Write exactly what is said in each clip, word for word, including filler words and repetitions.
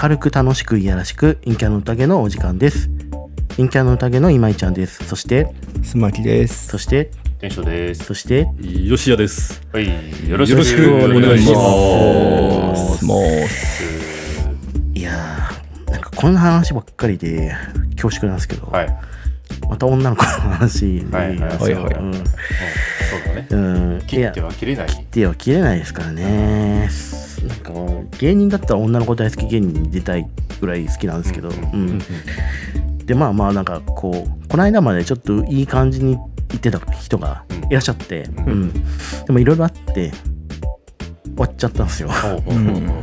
明るく楽しくいやらしく陰キャの宴のお時間です。陰キャの宴の今井ちゃんです。そしてすまきです。 そして天翔です。 そして吉谷です。 はい、よろしくお願いします。 いやー、なんかこんな話ばっかりで恐縮なんですけど、はい、また女の子の話なんですよ。そうだね、うん、切っては切れない切っては切れないですからね。なんか芸人だったら女の子大好き芸人に出たいぐらい好きなんですけど、うんうんうんうん、でまあまあなんかこうこの間までちょっといい感じに言ってた人がいらっしゃって、うんうん、でもいろいろあって終わっちゃったんですよ。うん、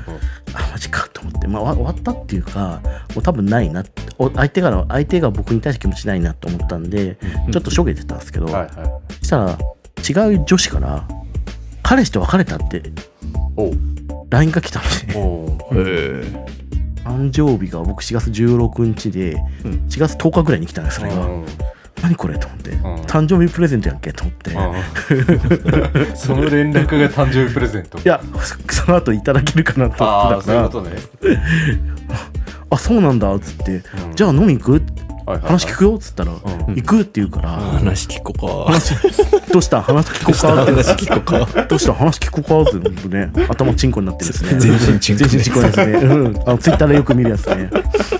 あマジかと思って、まあ、終わったっていうかもう多分ないなって相手が相手が僕に対して気持ちないなと思ったんで、うん、ちょっとしょげてたんですけど、はいはい、そしたら違う女子から彼氏と別れたってライン が来たんで誕生日が僕しがつじゅうろくにちでしがつとおかぐらいに来たんです。それが、うん、何これと思って、うん、誕生日プレゼントやんけと思って、 うん、その連絡が誕生日プレゼント。 いやその後いただけるかなと思ってたから、あ、そういうことねあそうなんだっつって、うん、じゃあ飲み行く話聞くよっつったら、うん、行くって言うから、うん、 話聞こうかどうした話聞こうかって話聞こうかどうした話聞こうかってね頭チンコになってるんですね。 全身チンコ全身チンコですね、うん、あのツイッターでよく見るやつね、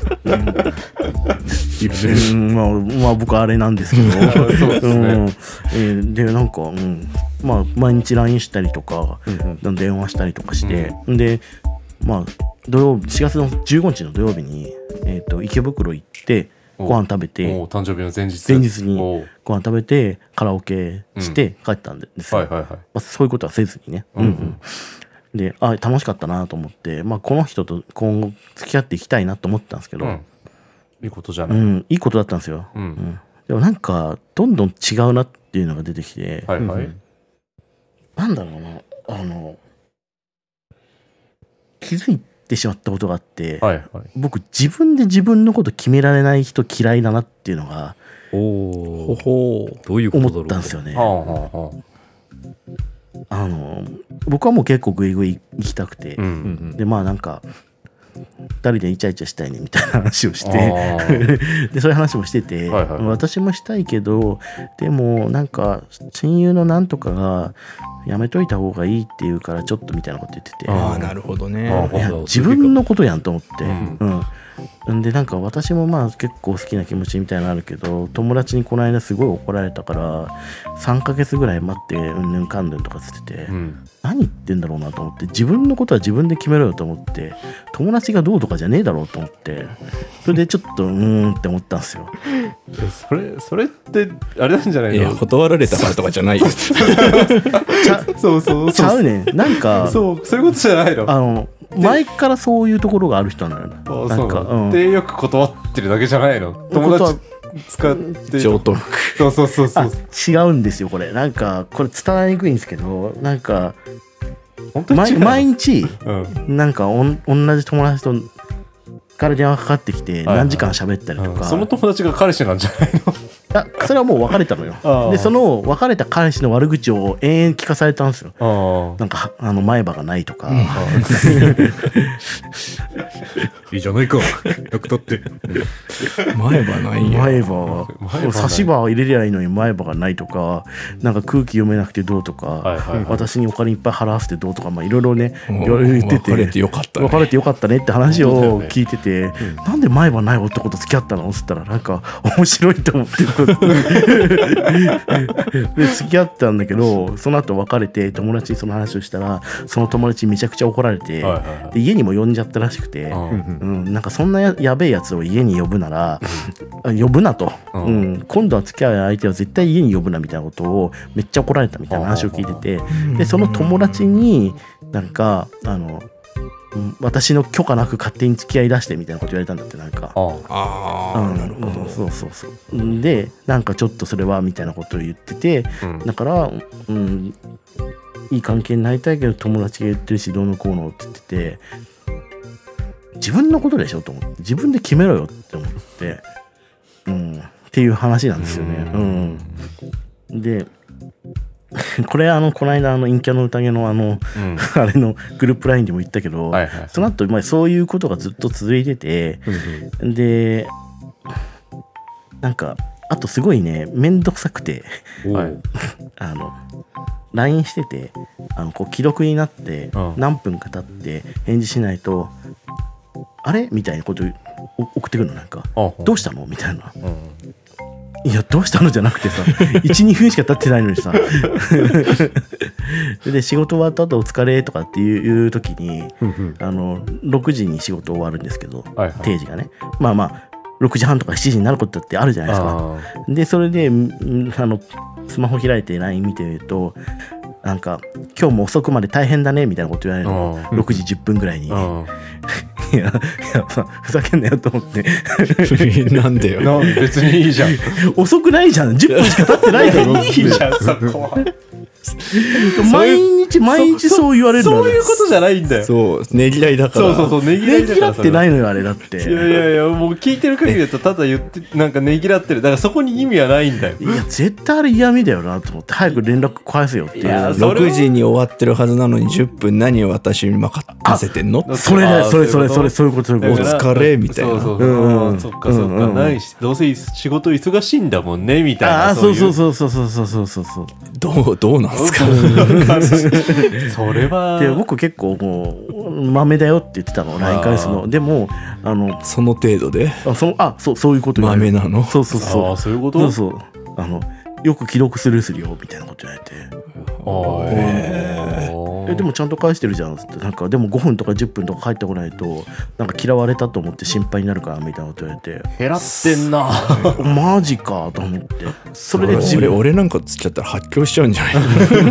うん、まあ、まあ僕あれなんですけどそうですね、うん、えー、でなんか、うん、まあ毎日 ライン したりとか、うんうん、電話したりとかして、うん、でまあ土曜日しがつのじゅうごにちの土曜日に、えー、と池袋行ってご飯食べて、 お誕生日の前日前日にご飯食べてカラオケして帰ったんですよ、うん、はいはいはい、まあ、そういうことはせずにね、うんうん、であ楽しかったなと思って、まあ、この人と今後付き合っていきたいなと思ったんですけど、うん、 いいことじゃない、 うん、いいことだったんですよ、うんうん、でもなんかどんどん違うなっていうのが出てきて、はいはい、なんだろうなあの気づいてってしまったことがあって、はいはい、僕自分で自分のこと決められない人嫌いだなっていうのがおほどういうことだろう思ったんですよね。はあはあはあ、あの僕はもう結構グイグイ行きたくて、うんうんうん、でまあなんかふたりでイチャイチャしたいねみたいな話をしてでそういう話もしてて、はいはい、私もしたいけどでもなんか親友のなんとかがやめといた方がいいって言うからちょっとみたいなこと言ってて、 ああなるほどね、 いや自分のことやんと思って、うんうん、でなんか私もまあ結構好きな気持ちみたいなのあるけど友達にこの間すごい怒られたからさんかげつぐらい待ってうんぬんかんぬんとかつってて、うん、何言ってんだろうなと思って自分のことは自分で決めろよと思って友達がどうとかじゃねえだろうと思ってそれでちょっとうーんって思ったんですよ。 それそれってあれなんじゃないの？ いや断られたからとかじゃないよちゃそうそうちゃうねんなんかそうそういうことじゃないの。 あの前からそういうところがある人なのよ。なんか、 うん、でよく断ってるだけじゃないの。友達使って上等そうそうそうそう違うんですよこれ。なんかこれ伝わりにくいんですけどなんか毎日、うん、なんかおん同じ友達とから電話かかってきて何時間喋ったりとか、はいはい、 その友達が彼氏なんじゃないの？ いやそれはもう別れたのよ。でその別れた彼氏の悪口を延々聞かされたんですよ。なんかあの前歯がないとか、うん、 いいじゃないか役立って前歯ないや前歯差し歯入れりゃいいのに前歯がないとかなんか空気読めなくてどうとか、はいはいはい、私にお金いっぱい払わせてどうとかいろいろね言ってて別れてよかったね別れてよかったねって話を聞いてて、ねうん、なんで前歯ない男と付き合ったのっつったらなんか面白いと思ってで付き合ったんだけどその後別れて友達にその話をしたらその友達にめちゃくちゃ怒られて、はいはいはい、で家にも呼んじゃったらしくて、うんうん、なんかそんな や, やべえやつを家に呼ぶなら呼ぶなと、うんうん、今度は付き合う相手は絶対家に呼ぶなみたいなことをめっちゃ怒られたみたいな話を聞いててでその友達になんかあの私の許可なく勝手に付き合い出してみたいなこと言われたんだってなんかああ、うん、なるほど、 そうそうそうでなんかちょっとそれはみたいなことを言ってて、うん、だから、うん、いい関係になりたいけど友達が言ってるしどうのこうのって言ってて自分のことでしょと思って自分で決めろよって思って、うん、っていう話なんですよね。うん、うん、でこれあのこの間あの陰キャの宴のあの、うん、あれのグループラインでも言ったけど、はいはい、その後、まあそういうことがずっと続いてて、うん、でなんかあとすごいねめんどくさくてあの ライン しててあのこう既読になって何分か経って返事しないとあれみたいなこと送ってくるのなんかどうしたのみたいな、うん、いやどうしたのじゃなくてさ いちにふんしか経ってないのにさで仕事終わった後お疲れとかっていう時にあのろくじに仕事終わるんですけど、はいはい、定時がねまあまあろくじはんとかしちじになることだってあるじゃないですか。でそれであのスマホ開いて ライン 見てみるとなんか今日も遅くまで大変だねみたいなこと言われるのろくじじゅっぷんぐらいにいやいやふざけんなよと思ってなんでよな別にいいじゃん遅くないじゃんじゅっぷんしか経ってないじゃんいいじゃんそこは毎日毎日そう言われるのそういうことじゃないんだよそうねぎらいだからそうそうそうねぎらいだからねぎらってないのよあれだっていやいやいやもう聞いてる限りだとただ言ってなんかねぎらってるだからそこに意味はないんだよいや絶対あれ嫌味だよなと思って早く連絡返せよっていうろくじに終わってるはずなのにじゅっぷん何を私に任せてんのそれだよそれそれそれそういうことそういうことお疲れみたいなそうそうそう、うん、そっかそっか、うん、ないしどうせ仕事忙しいんだもんねみたいなああそうそうそうそうそうそうそうそうそうどうどうなんすかそれはで僕結構もう豆だよって言ってたの ライン 返すのでもあのその程度であそあそうそういうこと豆なのそうそうそうあそういうことそうそうあのよく既読スルーするよみたいなこと言われてあえー、えでもちゃんと返してるじゃんってなんかでもごふんとかじゅっぷんとか帰ってこないとなんか嫌われたと思って心配になるからみたいなこと言われて減らってんなマジかと思ってそれで自分俺なんかつっちゃったら発狂しちゃうんじゃない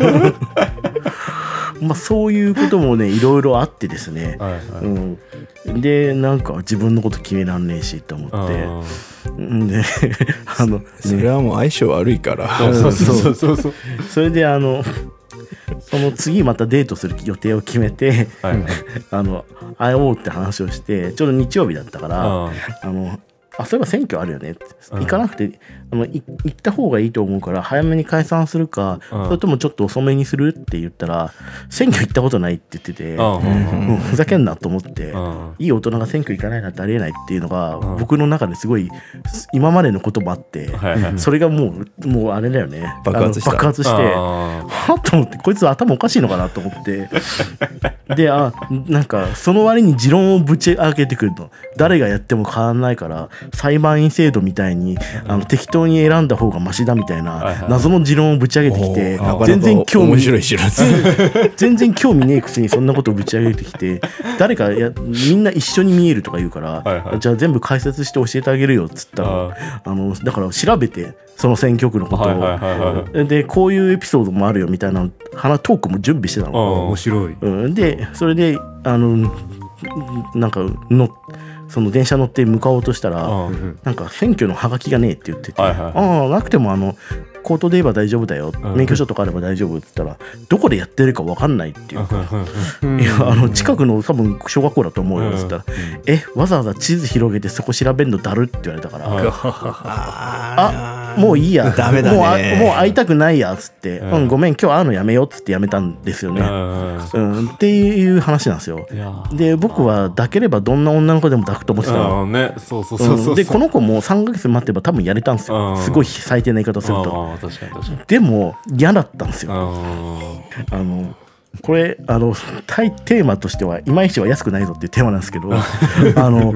まあそういうこともねいろいろあってですね、はいはいうん、でなんか自分のこと決めらんねえしと思ってであの、ね、 それはもう相性悪いからそうそうそうそうそれであのその次またデートする予定を決めて、はいはい、あの会おうって話をしてちょうど日曜日だったからあのあそういえば選挙あるよねって行かなくてあの行った方がいいと思うから早めに解散するかそれともちょっと遅めにするって言ったら選挙行ったことないって言っててうん、ふざけんなと思っていい大人が選挙行かないなんてありえないっていうのが僕の中ですごい今までのこともあってそれがもうもうあれだよね爆発した爆発してはっと思ってこいつ頭おかしいのかなと思ってであなんかその割に持論をぶち上げてくるの誰がやっても変わらないから裁判員制度みたいにあの適当に選んだ方がマシだみたいな謎の持論をぶち上げてきて全然興味面白い知らず全然興味ねえくせにそんなことをぶち上げてきて誰かやみんな一緒に見えるとか言うから、はいはい、じゃあ全部解説して教えてあげるよっつったらあのだから調べてその選挙区のことを、はいはいはいはい、でこういうエピソードもあるよみたいな話トークも準備してたの。 面白い、 うん、でそれであのなんかのその電車乗って向かおうとしたら、うん、なんか選挙のハガキがねえって言ってて、はいはい、ああなくてもあの口頭で言えば大丈夫だよ、うん、免許証とかあれば大丈夫って言ったらどこでやってるか分かんないっていうか、うん、いやあの近くの多分小学校だと思うよって言ったら、うん、えわざわざ地図広げてそこ調べるのだるって言われたから、うん、あもういいやダメだねもう、もう会いたくないやっつって、うんうん、ごめん今日会うのやめようっつってやめたんですよね、うんうん、っていう話なんですよ。で僕は抱ければどんな女の子でも抱くと思ってたの、 ね、そうそうそうそう、 うん、でこの子もさんかげつ待ってば多分やれたんですよ、すごい最低な言い方すると。 確かに確かに。 でも嫌だったんですよ。あのこれあのタイテーマとしては今石は安くないぞっていうテーマなんですけどあの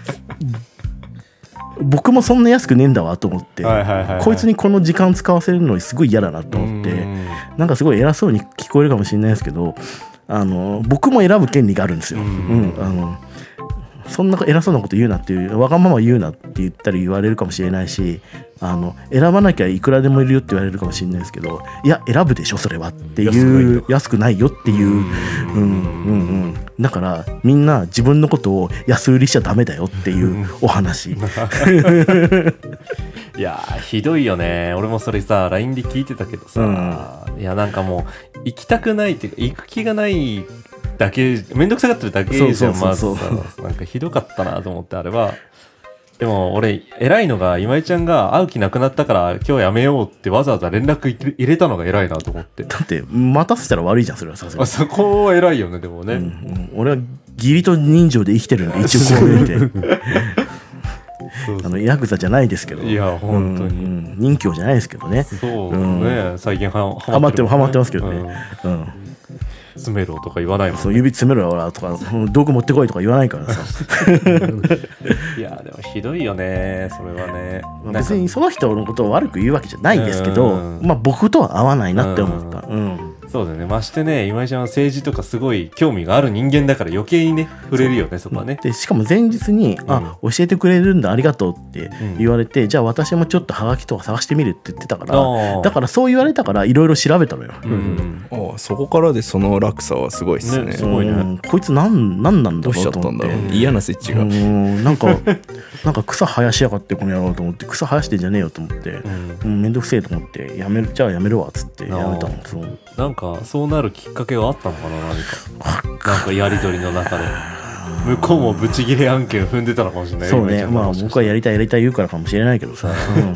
僕もそんな安くねえんだわと思って、はいはいはいはい、こいつにこの時間使わせるのすごい嫌だなと思って、なんかすごい偉そうに聞こえるかもしれないですけどあの僕も選ぶ権利があるんですよ。うん、あのそんな偉そうなこと言うなっていうわがまま言うなって言ったり言われるかもしれないしあの選ばなきゃいくらでもいるよって言われるかもしれないですけどいや選ぶでしょそれはっていう安くないよっていう、うんうんうん、だからみんな自分のことを安売りしちゃダメだよっていうお話いやひどいよね。俺もそれさ ライン で聞いてたけどさ、うん、いやなんかもう行きたくないっていうか行く気がないだけめんどくさがってるだけじゃん。まずさなんかひどかったなと思ってあれはでも俺偉いのが今井ちゃんが会う気なくなったから今日やめようってわざわざ連絡入れたのが偉いなと思って。 だって待たせたら悪いじゃんそれはさすがに。 そこは偉いよねでもね、 うんうん、俺は義理と人情で生きてるんで一応こう見てあのヤクザじゃないですけど、 いや本当に、うんうん、人形じゃないですけどね。 そうね、うん、最近はハマってる、ハマってますけどね、うんうん、 詰めろとか言わないもんね。 そう指詰めろよとか道具持ってこいとか言わないからさいやでもひどいよねそれはね。 別にその人のことを悪く言うわけじゃないんですけど、まあ僕とは合わないなって思った、うんうん、 そうだよね。ましてね今井ちゃんは政治とかすごい興味がある人間だから余計にね触れるよね そ, そこはね。 でしかも前日に、うん、あ教えてくれるんだありがとうって言われて、うん、じゃあ私もちょっとハガキとか探してみるって言ってたから、だからそう言われたからいろいろ調べたのよ、うんうん、あそこからでその落差はすごいっすね。 ねすごいね、 うん、こいつなんなんなんだろうと思って。どうしちゃったんだろう、 うん、嫌なスイッチが、うん、 なんかなんか草生やしやがってこの野郎と思って草生やしてんじゃねえよと思って、うんうん、めんどくせえと思ってやめるじゃあやめるわっつってやめたの。そうなんかそうなるきっかけはあったのかな何かなんかやり取りの中で向こうもブチギレ案件踏んでたのかもしれない。 そうね、まあ僕はやりたいやりたい言うからかもしれないけどさ、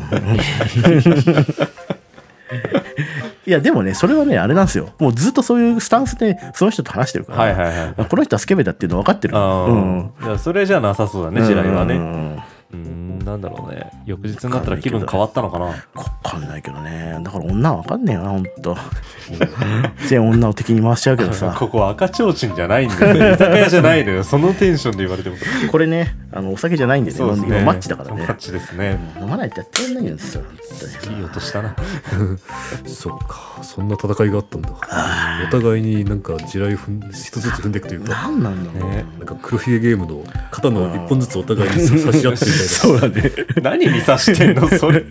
いやでもねそれはねあれなんですよ、もうずっとそういうスタンスでその人と話してるから、はいはいはい、この人はスケベだっていうの分かってる。 あ、うん、いやそれじゃなさそうだね地雷はね。うんうーんなんだろうね、翌日になったら気分変わったのかな。 分かんないけどね、だから女は分かんねえよなほんと全女を敵に回しちゃうけどさここは赤ちょうちんじゃないんだよ、居酒屋じゃないのよそのテンションで言われても。 これねあのお酒じゃないんでね、 そうですね、 今マッチだからね。 マッチですね、 飲まないってやってらんないんですよ。 いい音したなそうか、そんな戦いがあったんだ。お互いになんか地雷踏ん一つずつ踏んでいくというか、 なんなんだろうね、 なんか黒ひげゲームの肩の一本ずつお互いに刺し合ってみたいなそうだね何に刺してんのそれ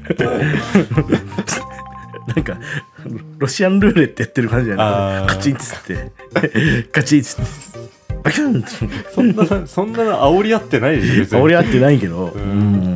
なんかロシアンルーレットやってる感じじゃない、カチンっつってカチンっつってバキュンってそんなそんな煽り合ってないでしょ別に。 煽り合ってないけど、うん、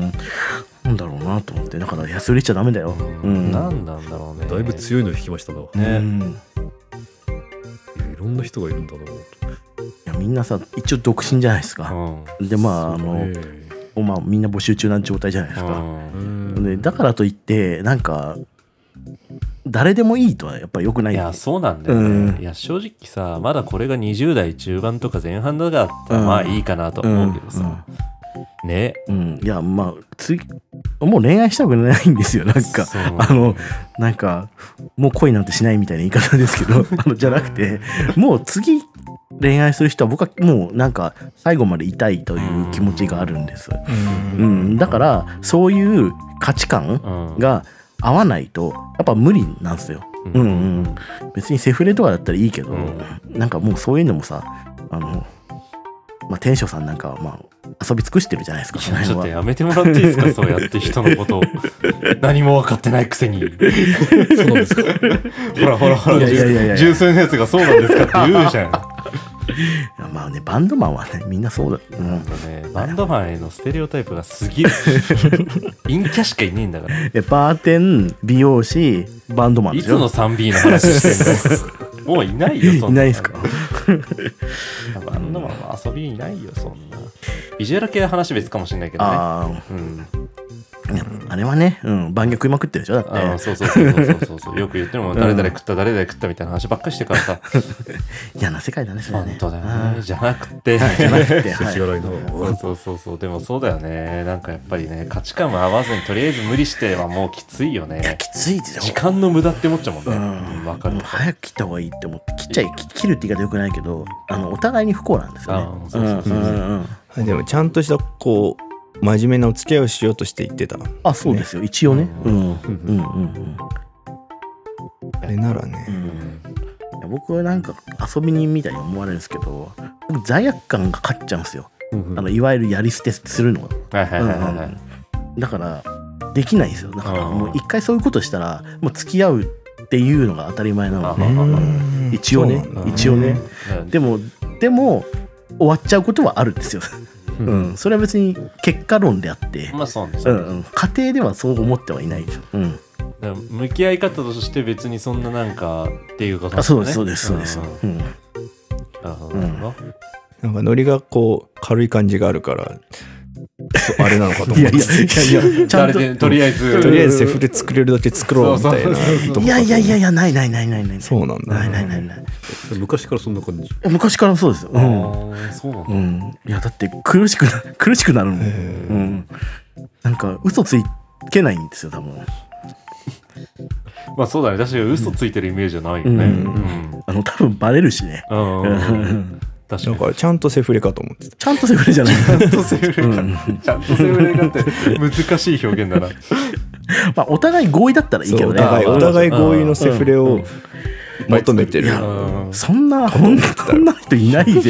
なんだろうなと思って、だから安売りしちゃダメだよ、うん、 なんなんだろうね。 だいぶ強いの引きましたな、 ね、 うん、いろんな人がいるんだな。いやみんなさ一応独身じゃないですか、うん、でまああのまあ、みんな募集中な状態じゃないですか、うん、でだからといってなんか誰でもいいとはやっぱり良くない。 いやそうなんだよね、うん、いや正直さまだこれがにじゅう代中盤とか前半だからまあいいかなと思うけどさ、うんうん、ね、 うん、いやまあ次もう恋愛したくないんですよ。なんかあのなんかもう恋なんてしないみたいな言い方ですけどあのじゃなくてもう次恋愛する人は僕はもうなんか最後までいたいという気持ちがあるんです、うんうん、だからそういう価値観が合わないとやっぱ無理なんですよ、うんうん、別にセフレとかだったらいいけど、うん、なんかもうそういうのもさあの、まあ、天翔さんなんかはまあ遊び尽くしてるじゃないですか。 ちょっとやめてもらっていいですかそうやって人のことを何も分かってないくせにそうなんですかほらほらほら十数のやつがそうなんですかって言うじゃんいやまあねバンドマンはねみんなそうだ、うん、 なんかねバンドマンへのステレオタイプがすぎる陰キャしかいねえんだから。 バーテン美容師バンドマンでしょ。いつの スリービー の話してんのもういないよそんな。 いないですかバンドマンは遊びいないよそんな。ビジュアル系は話別かもしれないけどね。あ、うん、 あれはね、うん、晩虐食いまくってるでしょだって。 あそうそうそうそうそうそうよく言ってるもん、誰々食った誰々食ったみたいな話ばっかりしてからさ嫌な世界だねそれね。 本当だよね。じゃなくて、 はい、じゃなくて、 はい、 そうそうそうでもそうだよね。なんかやっぱりね価値観も合わずにとりあえず無理してはもうきついよね。 きついですよ。 時間の無駄って思っちゃうもんね。うん、分かる。 早く切った方がいいって思って切っちゃい切るって言い方よくないけどあのお互いに不幸なんですよね。あそうそうそうそう。 でもちゃんとしたこう真面目なお付き合いをしようとして言ってた、ね、 あそうですよ一応ね、うんうんうんうん、 あれならね、うん、 いや僕はなんか遊び人みたいに思われるんですけど僕罪悪感が勝っちゃうんですよ、うんうん、あのいわゆるやり捨てするのが、はいはいはいはい、うん、だからできないんですよ。だからもう一回そういうことしたらもう付き合うっていうのが当たり前なので一応ね一応ねでもでも終わっちゃうことはあるんですようん、それは別に結果論であって、 まあそうですね、うん、 家庭ではそう思ってはいないでしょ、うん、 だから向き合い方として別にそんななんかっていうことですね。そうですそうですそうです、うん、なるほど、うん、なんかノリがこう軽い感じがあるからそうあれなのかと思って。 いやいやいやいや、ちゃんと誰でとりあえずとりあえずセフレ作れるだけ作ろうみたいな。 いやいやいやいや、ないないないないない。 そうなんだ。 ないないないない。 昔からそんな感じ。 昔からそうですよ。うあん。 ーそうなんだ、 うん。いやだって苦しくな苦しくなるもん。うん。なんか嘘ついけないんですよ多分。 まあそうだね、確かに嘘ついてるイメージじゃないよね。 ううんん。 あの多分バレるしね。 うんうんうん確かに。 だからちゃんとセフレかと思ってた。 ちゃんとセフレじゃない。 ちゃんとセフレか。ちゃんとセフレかって難しい表現だな。 まあお互い合意だったらいいけどね。 お互いお互い合意のセフレを求めてる。 うんそんなほんそんな人いないで。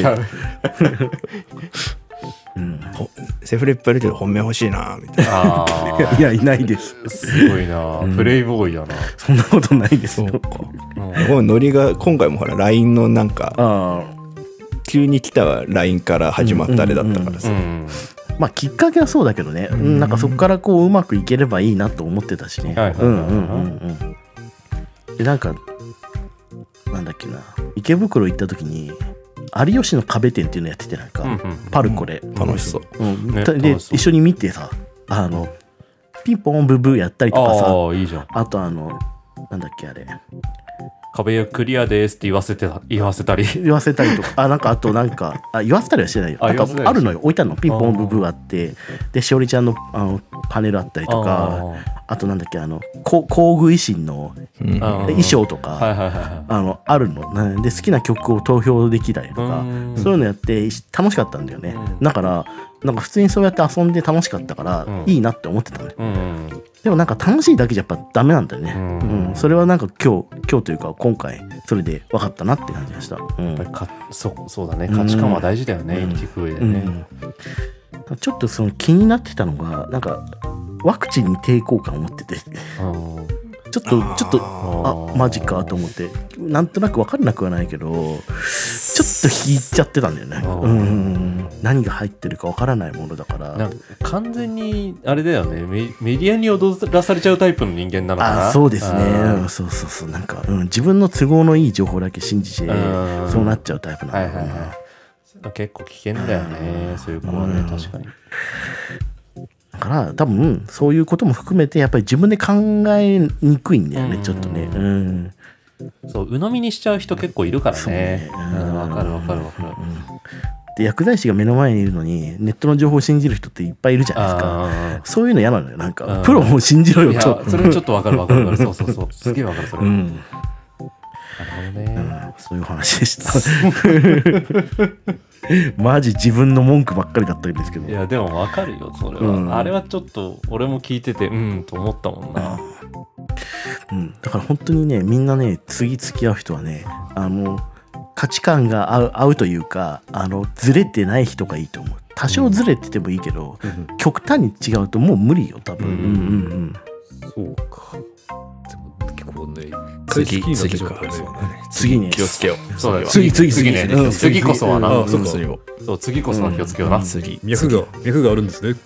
ほセフレいっぱいいるけど本命欲しいなみたいな。 ああいやいないです。 すごいな、プレイボーイだな。 そんなことないですよ。 このノリが今回もほら ライン のなんかあ急に来た ライン から始まったあれだったからさ。 うんあ、まあきっかけはそうだけどね。うんなんかそこからこううまくいければいいなと思ってたしね。 はいはいはいはいうんうんうんうん。でなんかなんだっけな、池袋行った時に有吉の壁店っていうのやっててなんか、 うんうんパルコで、 楽しそう。 うんねで楽しそう一緒に見てさ、あのピンポンブブーやったりとかさ、 ああいいじゃん。 あとあのなんだっけあれ壁クリアですって言わせてた言わせたり。 言わせたりとか、あなんかあとなんかあ言わせたりはしてないよ。 あなんか言わせたりはあるのよ、置いてあるの、ピンポンブブーあってでしおりちゃんのあのパネルあったりとか、あとなんだっけあのこ工具維新のうんあー衣装とか、 はいはいはいはあのあるのなで好きな曲を投票できたりとかうんそういうのやって楽しかったんだよね。 うんだからなんか普通にそうやって遊んで楽しかったからうんいいなって思ってたのよ。 い。うんでもなんか楽しいだけじゃやっぱダメなんだよね。 ううんん、それはなんか今日今日というか今回それで分かったなって感じがした。うんやっぱりかそそうだね、価値観は大事だよね、 うん生きていく上でね。 うんちょっとその気になってたのがなんかワクチンに抵抗感を持っててちうんょっとちょっとあマジかと思ってなんとなく分かんなくはないけどちょっと引いちゃってたんだよね。 あーうん何が入ってるか分からないものだからなんか完全にあれだよね、メメディアに踊らされちゃうタイプの人間なのかな。 あそうですね、 あうんそうそうそうなんか、うん、自分の都合のいい情報だけ信じてうんそうなっちゃうタイプなんだはいはいろうな。 はい、結構危険だよね、そういう子はね、 うん確かに。 だから多分そういうことも含めてやっぱり自分で考えにくいんだよね、 うんちょっとね。うんそう鵜呑みにしちゃう人結構いるからそうねね。 うんわかるわかるわかる。 で薬剤師が目の前にいるのにネットの情報を信じる人っていっぱいいるじゃないですか。 あそういうの嫌なのよなんうんかプロを信じろあ、いやよと。 それちょっとわかるわかるわかる。そうそうそう。すげえわかるそれ。なるうんほどね。 そういう話でした。マジ自分の文句ばっかりだったんですけど。 いやでもわかるよそれは、 うんあれはちょっと俺も聞いててうんと思ったもんな。 うん、だから本当にねみんなね次付き合う人はねあの価値観が合う合うというかあのずれてない人がいいと思う。多少ずれててもいいけど、極端に違うともう無理よ多分。 ううんんうんそうか。でも結構ね、一回次好きになって次かしまったね。 らそうだね。 次ね気をつけよう。 そうだよ次次次ね、 うん次こそはな、 うんあ、そうか。次を。 そう次こそは気をつけような、 次。 脈が、脈があるんですね。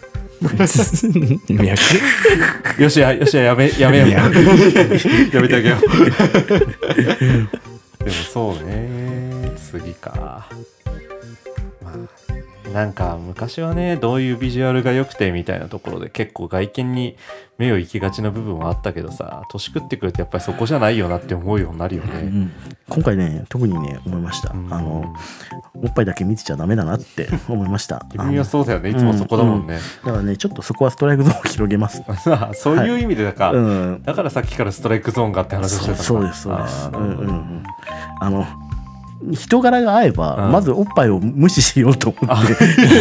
脈よしやよしややめやめようやめてあげようでもそうね次か、まあ、なんか昔はねどういうビジュアルが良くてみたいなところで結構外見に目を行きがちな部分はあったけどさ年食ってくるとやっぱりそこじゃないよなって思うようになるよね。 うん今回ね特にね思いました。あうんのおっぱいだけ見てちゃダメだなって思いました。 君はそうだよねいつもそこだもんね、 だからねちょっとそこはストライクゾーンを広げます。 そういう意味でだから、 うんだからさっきからストライクゾーンがって話をしてたそうのかそうですそうです。 あーうんうんうんあの人柄が合えば、 うんまずおっぱいを無視しようと思って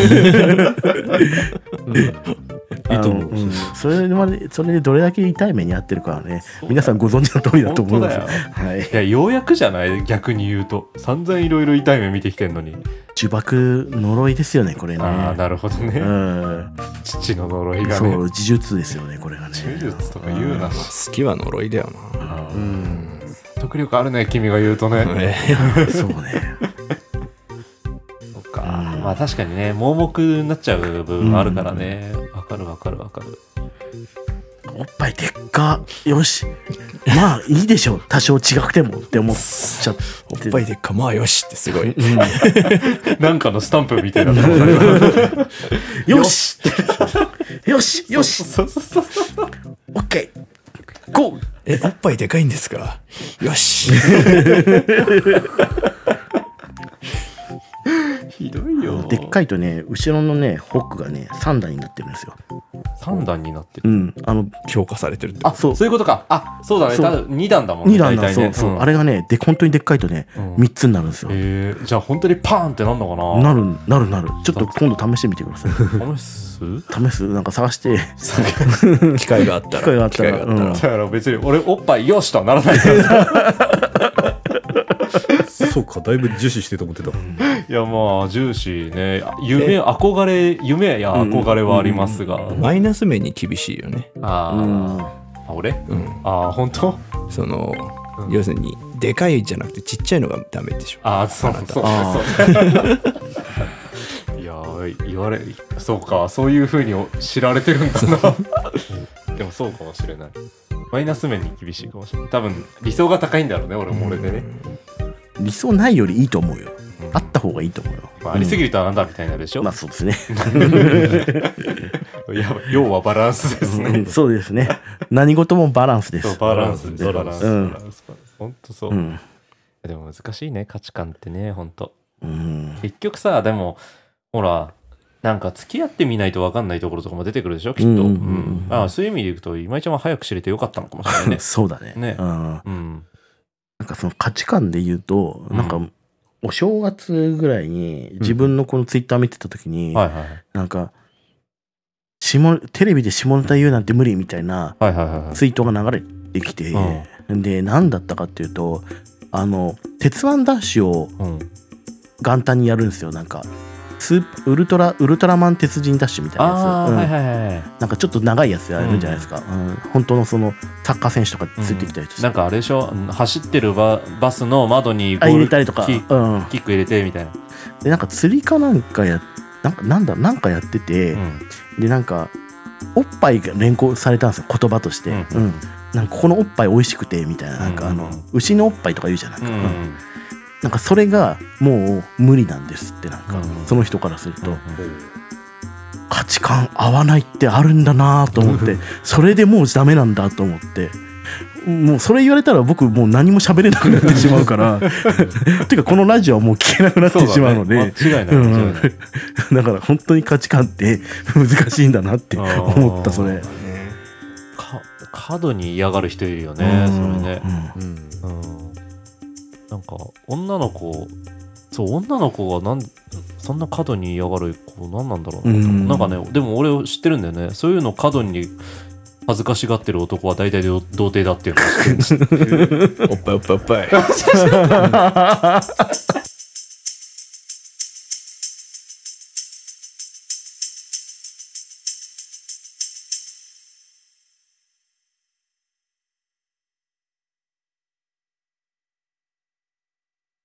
いいと思う。 あのんそれまでそれでどれだけ痛い目に遭ってるかはね皆さんご存知の通りだと思います。 本当はい、 いやようやくじゃない逆に言うと散々いろいろ痛い目見てきてんのに、 呪縛呪いですよねこれね。 ああなるほどね、 うん父の呪いがそうね呪術ですよねこれがね。 呪術とか言うな、 好きは呪いだよな。 うん得力あるね君が言うとね、 そうね。 そっか、 うんまあ確かにね盲目になっちゃう部分あるからねわ、かるわかるわかる。 おっぱいでっかよしまあいいでしょう多少違くてもって思っちゃって。 おっぱいでっかまあよしってすごい。 なんかのスタンプみたいなのよしよしよしそうそうそうそう。 オッケーゴー。 え、おっぱいでかいんですか？よし。 ひどいよ。 でっかいとね、後ろのねホックがねさん段になってるんですよ。 さん段になってる。 うんあの強化されてるって。 あ、そうそういうことか。あ、そうだね。 そうただに段だもんね。 に段だ、 大体ね。 そうそう、 んあれがねで本当にでっかいとね、 うんみっつになるんですよ。 えー、じゃあ本当にパーンってなんのかな。 なるなるなる。ちょっと今度試してみてください。 試す？ 試すなんか探して機会があったら。 機会があったらうんだから別に俺おっぱいよしとはならないからさ。 そうか、だいぶ重視してと思ってた。 いやまあ重視ね。夢憧れ夢や憧れはありますが。 マイナス面に厳しいよね。 あうんあ俺？ うん。 ああ本当？ その、 うん要するにでかいじゃなくてちっちゃいのがダメでしょ。 ああそうあなたそうあそう。いやー言われそうかそういう風に知られてるんだな。でもそうかもしれない。マイナス面に厳しいかもしれない。多分理想が高いんだろうね俺も俺でね。 理想ないよりいいと思うよ。 うんあった方がいいと思うよ。 まあ、ありすぎるとなんだみたいなでしょ。 まあそうですね。 や要はバランスですね。 うんそうですね。何事もバランスです。 そうバランスですババランスランスうんバランス本当そう、 うんでも難しいね価値観ってね本当うん結局さでもほらなんか付き合ってみないと分かんないところとかも出てくるでしょきっと、 うんうんうんうんまあ、そういう意味でいくと今井ちゃんは早く知れてよかったのかもしれないね。 そうだね。 ねうんうんなんかその価値観で言うと、 うんなんかお正月ぐらいに自分のこのツイッター見てた時に、 はいはいなんか下テレビで下ネタ言うなんて無理みたいなはいはいはいはいツイートが流れてきて、で何だったかっていうとあの鉄腕ダッシュをうん元旦にやるんですよ。なんかスーウルトラウルトラマン鉄人ダッシュみたいなやつ、 ああ、 うんはいはいはいなんかちょっと長いやつやるんじゃないですか、うん本当のそのサッカー選手とかついてきたりとか、 なんかあれでしょ走ってるババスの窓にゴあール入れたりとか、 キうん、 キック入れてみたいな、 でなんか釣りかなんかやなんかなんだなんかやってて、 うんでなんかおっぱいが連行されたんですよ言葉として、 ううんんなんかここのおっぱい美味しくてみたいな、なんかあのうんうんうん牛のおっぱいとか言うじゃない、 うんうんなんかそれがもう無理なんですってなんか、 うんその人からすると、 うん価値観合わないってあるんだなと思ってそれでもうダメなんだと思ってもうそれ言われたら僕もう何も喋れなくなってしまうからていうかこのラジオはもう聞けなくなってしまうのでそうだね間違いない間違いない、 うんだから本当に価値観って難しいんだなって思ったそれ。 か過度に嫌がる人いるよねそれね、 うんうん、なんか女の子そう女の子がなんそんな過度に嫌がる子なんなんだろうな、 うんなんかねでも俺知ってるんだよねそういうの過度に恥ずかしがってる男は大体童貞だっていうのを知ってるんですおっぱいおっぱいおっぱい。